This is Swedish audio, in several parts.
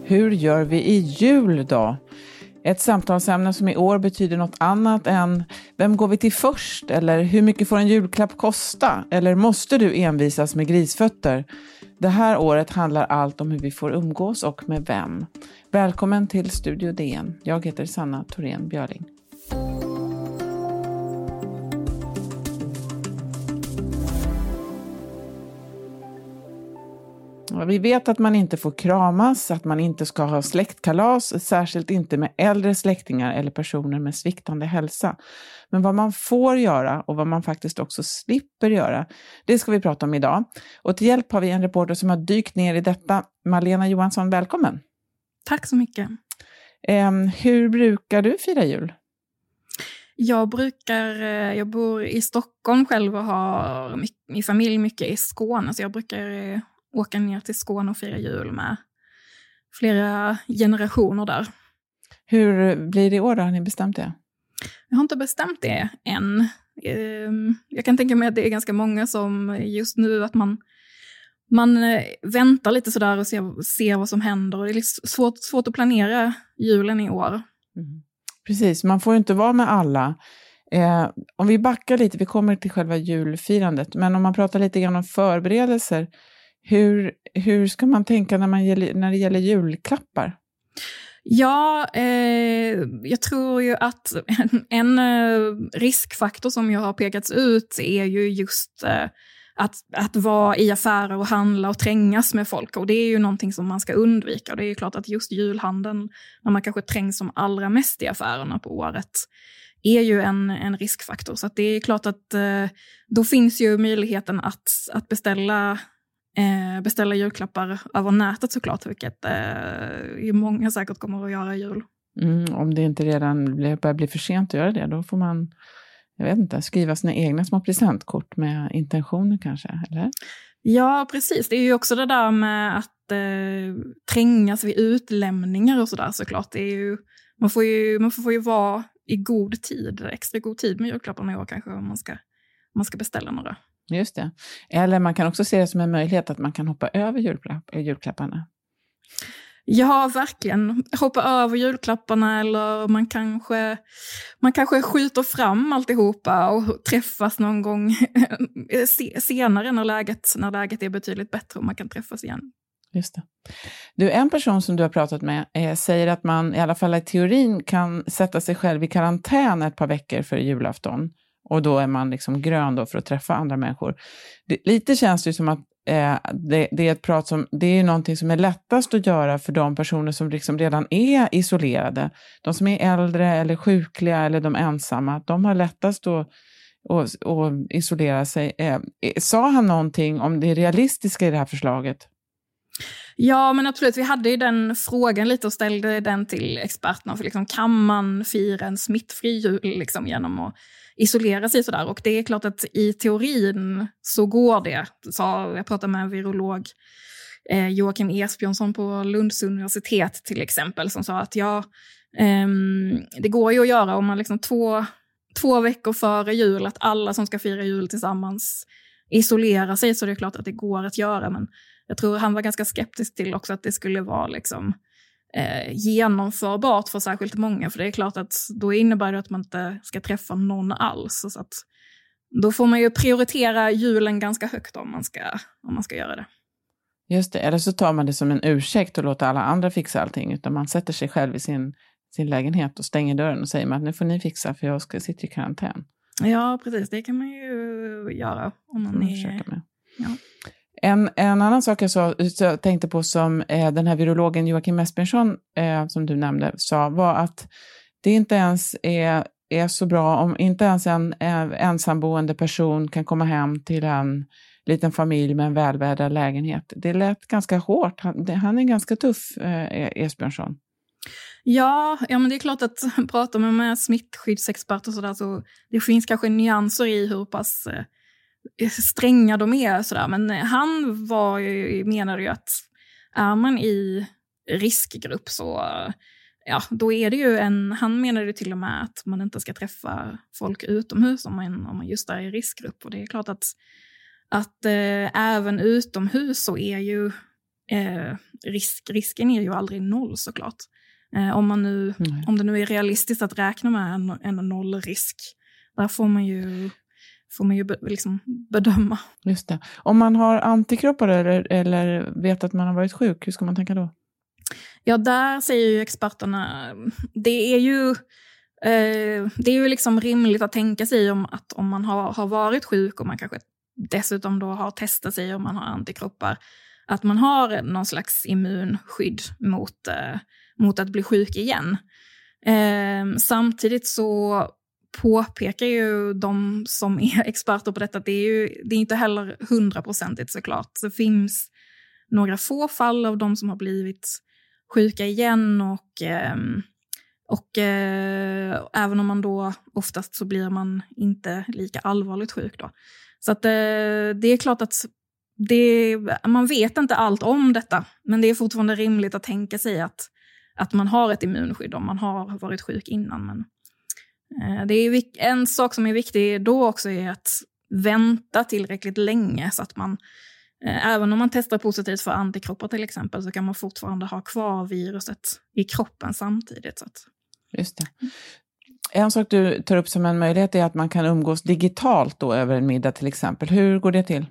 Hur gör vi i jul då? Ett samtalsämne som i år betyder något annat än vem går vi till först? Eller hur mycket får en julklapp kosta? Eller måste du envisas med grisfötter? Det här året handlar allt om hur vi får umgås och med vem. Välkommen till Studio DN. Jag heter Sanna Thorén Björling. Vi vet att man inte får kramas, att man inte ska ha släktkalas, särskilt inte med äldre släktingar eller personer med sviktande hälsa. Men vad man får göra och vad man faktiskt också slipper göra, det ska vi prata om idag. Och till hjälp har vi en reporter som har dykt ner i detta. Malena Johansson, välkommen. Tack så mycket. Hur brukar du fira jul? Jag bor i Stockholm själv och har min familj mycket i Skåne. Så jag brukar åka ner till Skåne och fira jul med flera generationer där. Hur blir det i år då? Har ni bestämt det? Jag har inte bestämt det än. Jag kan tänka mig att det är ganska många som just nu att man väntar lite sådär och ser vad som händer. Och det är svårt att planera julen i år. Mm. Precis, man får ju inte vara med alla. Om vi backar lite, vi kommer till själva julfirandet. Men om man pratar lite grann om förberedelser. Hur ska man tänka när det gäller julklappar? Ja, jag tror ju att en riskfaktor som jag har pekats ut är ju just att vara i affärer och handla och trängas med folk. Och det är ju någonting som man ska undvika. Och det är ju klart att just julhandeln, när man kanske trängs som allra mest i affärerna på året, är ju en riskfaktor. Så att det är klart att då finns ju möjligheten att beställa julklappar över nätet såklart, vilket många säkert kommer att göra i jul. Om det inte redan börjar bli för sent att göra det, då får man, jag vet inte, skriva sina egna små presentkort med intentioner kanske, eller? Ja, precis. Det är ju också det där med att trängas vid utlämningar och sådär såklart. Det är ju, man får ju vara i god tid, extra god tid med julklapparna i år kanske om man ska beställa några. Just det. Eller man kan också se det som en möjlighet att man kan hoppa över julklapparna. Ja, verkligen. Hoppa över julklapparna, eller man kanske skjuter fram alltihopa och träffas någon gång senare när läget är betydligt bättre och man kan träffas igen. Just det. Du, en person som du har pratat med säger att man i alla fall i teorin kan sätta sig själv i karantän ett par veckor för julafton. Och då är man liksom grön då för att träffa andra människor. Lite känns det ju som att det är ett prat som, det är någonting som är lättast att göra för de personer som liksom redan är isolerade. De som är äldre eller sjukliga eller de ensamma. De har lättast att isolera sig. Sa han någonting om det realistiska i det här förslaget? Ja, men absolut. Vi hade ju den frågan lite och ställde den till experterna. För liksom, kan man fira en smittfri jul liksom, genom att isolera sig sådär? Och det är klart att i teorin så går det. Jag pratade med en virolog, Joakim Esbjörnsson på Lunds universitet till exempel, som sa att det går ju att göra om man liksom två veckor före jul, att alla som ska fira jul tillsammans isolerar sig, så det är klart att det går att göra. Men jag tror han var ganska skeptisk till också att det skulle vara liksom genomförbart för särskilt många. För det är klart att då innebär det att man inte ska träffa någon alls. Så att då får man ju prioritera julen ganska högt om man ska göra det. Just det, eller så tar man det som en ursäkt och låter alla andra fixa allting. Utan man sätter sig själv i sin lägenhet och stänger dörren och säger att nu får ni fixa för jag ska sitta i karantän. Ja, precis. Det kan man ju göra om man är... Ja. En annan sak jag tänkte på som den här virologen Joakim Esbjörnsson som du nämnde sa, var att det inte ens är så bra om inte ens en ensamboende person kan komma hem till en liten familj med en välvädrad lägenhet. Det lät ganska hårt. Han är ganska tuff, Esbjörnsson. Ja, men det är klart att pratar man med smittskyddsexperter och sådär, så det finns kanske nyanser i hur pass stränga de är sådär. Men han menade ju att är man i riskgrupp så då är det ju han menade till och med att man inte ska träffa folk utomhus om man just är i riskgrupp. Och det är klart att även utomhus så är ju risken är ju aldrig noll såklart. Om det nu är realistiskt att räkna med en nollrisk. Där får man ju liksom bedöma. Just det. Om man har antikroppar eller vet att man har varit sjuk, hur ska man tänka då? Ja, där säger ju experterna, det är ju liksom rimligt att tänka sig om man har varit sjuk och man kanske dessutom då har testat sig om man har antikroppar, att man har någon slags immunskydd mot att bli sjuk igen. Samtidigt så påpekar ju de som är experter på detta att det är inte heller 100% såklart. Det finns några få fall av de som har blivit sjuka igen och även om man då oftast så blir man inte lika allvarligt sjuk då. Så att det är klart att man vet inte allt om detta, men det är fortfarande rimligt att tänka sig att man har ett immunskydd om man har varit sjuk innan. Men det är en sak som är viktig då också är att vänta tillräckligt länge så att man, även om man testar positivt för antikroppar till exempel, så kan man fortfarande ha kvar viruset i kroppen samtidigt. Så att. Just det. En sak du tar upp som en möjlighet är att man kan umgås digitalt då över en middag till exempel. Hur går det till?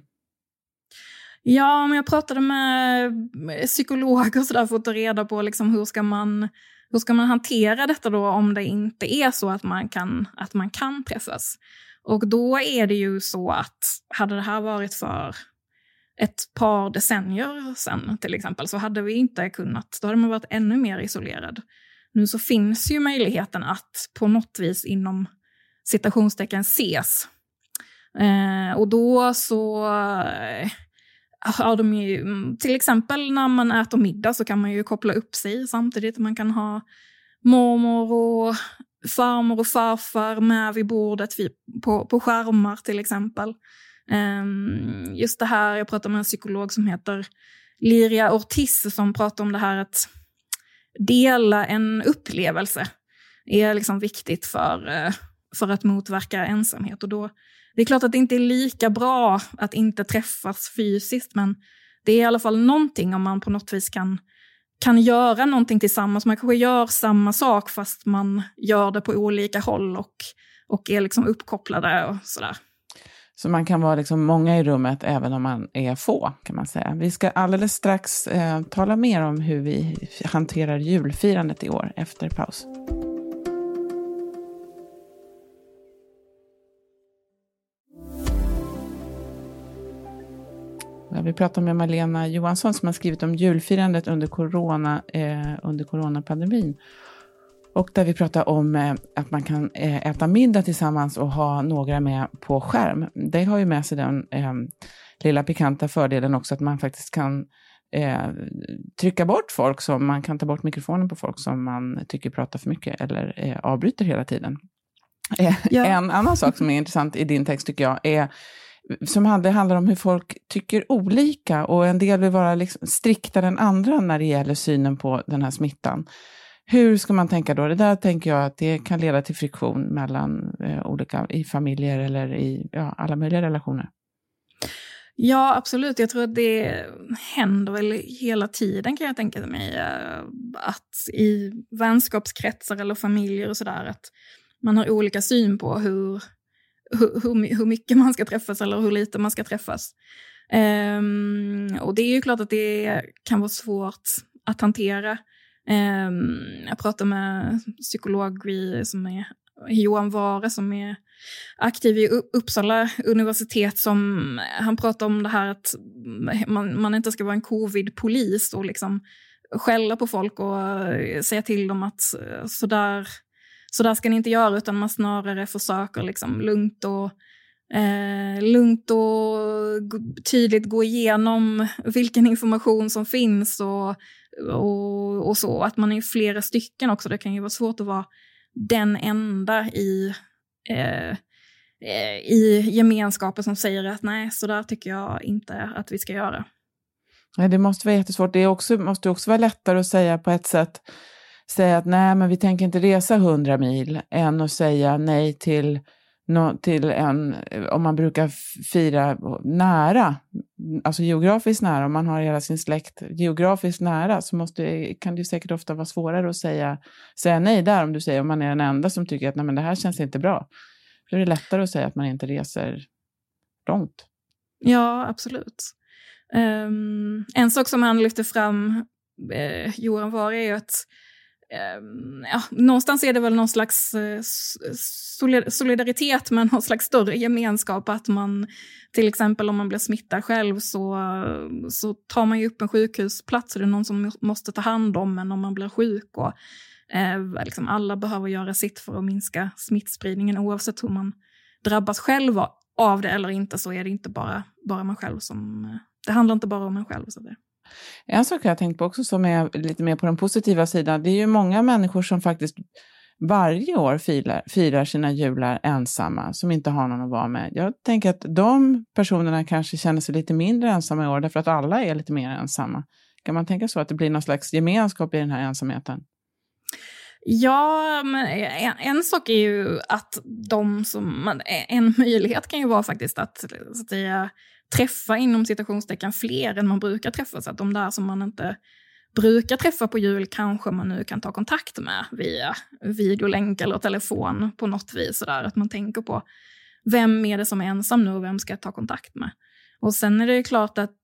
Ja, men jag pratade med psykologer och sådär för att ta reda på liksom hur ska man hantera detta då om det inte är så att man kan träffas. Och då är det ju så att hade det här varit för ett par decennier sedan till exempel så hade vi inte kunnat, då hade man varit ännu mer isolerad. Nu så finns ju möjligheten att på något vis inom citationstecken ses. Och då så har de ju, till exempel när man äter middag så kan man ju koppla upp sig samtidigt. Man kan ha mormor och farmor och farfar med vid bordet på skärmar till exempel. Just det här, jag pratar med en psykolog som heter Liria Ortiz som pratar om det här att dela en upplevelse är liksom viktigt för att motverka ensamhet. Och då, det är klart att det inte är lika bra att inte träffas fysiskt, men det är i alla fall någonting om man på något vis kan göra någonting tillsammans. Man kanske gör samma sak fast man gör det på olika håll och är liksom uppkopplade och sådär. Så man kan vara liksom många i rummet även om man är få, kan man säga. Vi ska alldeles strax tala mer om hur vi hanterar julfirandet i år efter paus. Vi pratar med Malena Johansson som har skrivit om julfirandet under coronapandemin. Och där vi pratar om att man kan äta middag tillsammans och ha några med på skärm. Det har ju med sig den lilla pikanta fördelen också att man faktiskt kan trycka bort folk, som man kan ta bort mikrofonen på folk som man tycker pratar för mycket eller avbryter hela tiden. Ja. En annan sak som är intressant i din text tycker jag är som handlar om hur folk tycker olika och en del vill vara liksom striktare än andra när det gäller synen på den här smittan. Hur ska man tänka då? Det där tänker jag att det kan leda till friktion mellan olika i familjer eller i alla möjliga relationer. Ja, absolut. Jag tror att det händer väl hela tiden, kan jag tänka mig, att i vänskapskretsar eller familjer och sådär att man har olika syn på hur mycket man ska träffas eller hur lite man ska träffas. Och det är ju klart att det kan vara svårt att hantera. Jag pratar med psykolog som är Johan Ware som är aktiv i Uppsala universitet, som han pratar om det här att man inte ska vara en covid-polis och liksom skälla på folk och säga till dem att sådär ska ni inte göra, utan man snarare försöker liksom lugnt och tydligt gå igenom vilken information som finns och så, att man är flera stycken också. Det kan ju vara svårt att vara den enda i gemenskapen som säger att nej, så där tycker jag inte att vi ska göra. Nej, det måste vara jättesvårt. Det måste också vara lättare att säga på ett sätt, säga att nej, men vi tänker inte resa 100 mil än att säga nej till till om man brukar fira nära, alltså geografiskt nära, om man har hela sin släkt geografiskt nära, så kan det säkert ofta vara svårare att säga nej där, om man är den enda som tycker att nej, men det här känns inte bra. Då är det lättare att säga att man inte reser långt. Ja, absolut. En sak som han lyfter fram, Johan Var, är ju att någonstans är det väl någon slags solidaritet, men någon slags större gemenskap, att man till exempel om man blir smittad själv så tar man ju upp en sjukhusplats, och det är någon som måste ta hand om en om man blir sjuk, och liksom alla behöver göra sitt för att minska smittspridningen, oavsett hur man drabbas själv av det eller inte, så är det inte bara man själv som, det handlar inte bara om en själv. Så det. En sak jag har tänkt på också som är lite mer på den positiva sidan, det är ju många människor som faktiskt varje år firar sina jular ensamma, som inte har någon att vara med. Jag tänker att de personerna kanske känner sig lite mindre ensamma i år, därför att alla är lite mer ensamma. Kan man tänka så att det blir någon slags gemenskap i den här ensamheten? Ja, men en sak är ju att en möjlighet kan ju vara faktiskt att säga, träffa inom citationstecken fler än man brukar träffa, så att de där som man inte brukar träffa på jul kanske man nu kan ta kontakt med via videolänk eller telefon på något vis, så där att man tänker på vem är det som är ensam nu och vem ska jag ta kontakt med. Och sen är det klart att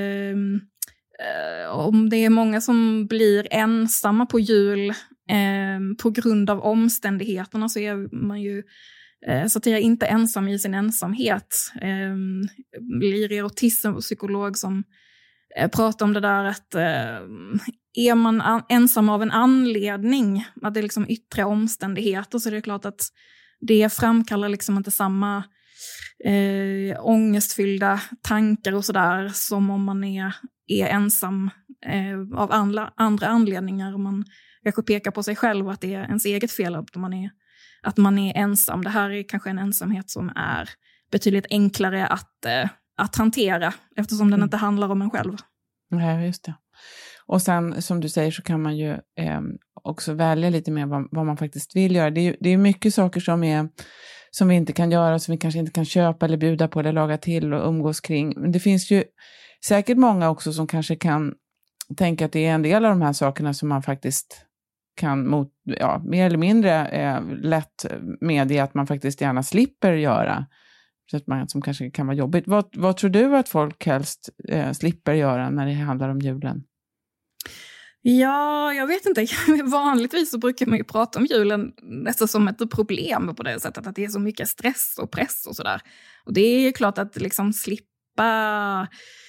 om det är många som blir ensamma på jul på grund av omständigheterna, så är man ju så att jag är inte ensam i sin ensamhet. Liri Autism, psykolog, som pratar om det där att är man ensam av en anledning, att det är liksom yttre omständigheter, så är det klart att det framkallar liksom inte samma ångestfyllda tankar och sådär som om man är ensam av andra anledningar. Man kanske pekar på sig själv att det är ens eget fel att man är ensam. Det här är kanske en ensamhet som är betydligt enklare att hantera, eftersom den inte handlar om en själv. Ja, just det. Och sen, som du säger, så kan man ju också välja lite mer vad man faktiskt vill göra. Det är mycket saker som vi inte kan göra, som vi kanske inte kan köpa eller bjuda på eller laga till och umgås kring. Men det finns ju säkert många också som kanske kan tänka att det är en del av de här sakerna som man faktiskt kan mer eller mindre lätt medge att man faktiskt gärna slipper göra. Så att som kanske kan vara jobbigt. Vad tror du att folk helst slipper göra när det handlar om julen? Ja, jag vet inte. Vanligtvis så brukar man ju prata om julen nästan som ett problem på det sättet, att det är så mycket stress och press och sådär. Och det är ju klart att liksom slippa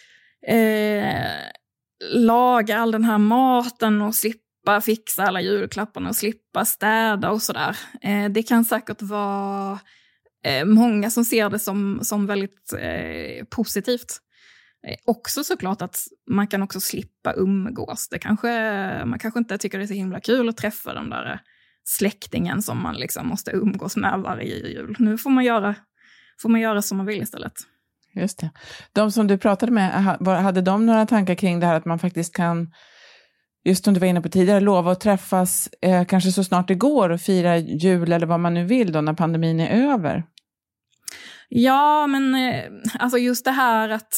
laga all den här maten och slippa fixa alla julklapparna och slippa städa och sådär. Det kan säkert vara många som ser det som väldigt positivt. Också såklart att man kan också slippa umgås. Man kanske inte tycker det är så himla kul att träffa den där släktingen som man liksom måste umgås med varje jul. Nu får man göra som man vill istället. Just det. De som du pratade med, hade de några tankar kring det här att man faktiskt kan, just som du var inne på tidigare, lova att träffas kanske så snart det går och fira jul eller vad man nu vill då när pandemin är över? Ja, men alltså just det här att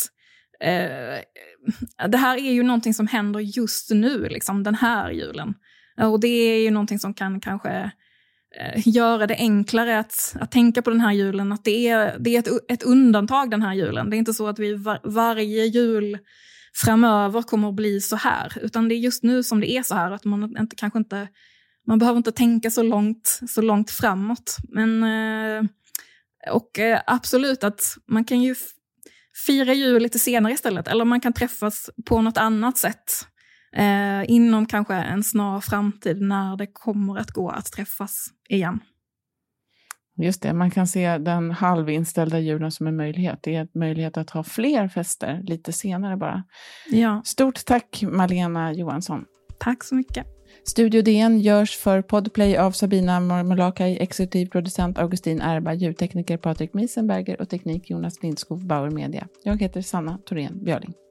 det här är ju någonting som händer just nu, liksom den här julen. Och det är ju någonting som kan kanske göra det enklare att tänka på den här julen, att det är ett undantag den här julen. Det är inte så att vi varje jul framöver kommer att bli så här, utan det är just nu som det är så här, att man behöver inte tänka så långt framåt. Men och absolut att man kan ju fira jul lite senare istället, eller man kan träffas på något annat sätt inom kanske en snar framtid när det kommer att gå att träffas igen. Just det, man kan se den halvinställda julen som en möjlighet. Det är en möjlighet att ha fler fester lite senare bara. Ja. Stort tack Malena Johansson. Tack så mycket. Studio DN görs för Podplay av Sabina Marmolakai, exekutiv producent Augustin Erba, ljudtekniker Patrik Miesenberger och teknik Jonas Lindskov, Bauer Media. Jag heter Sanna Thorén Björling.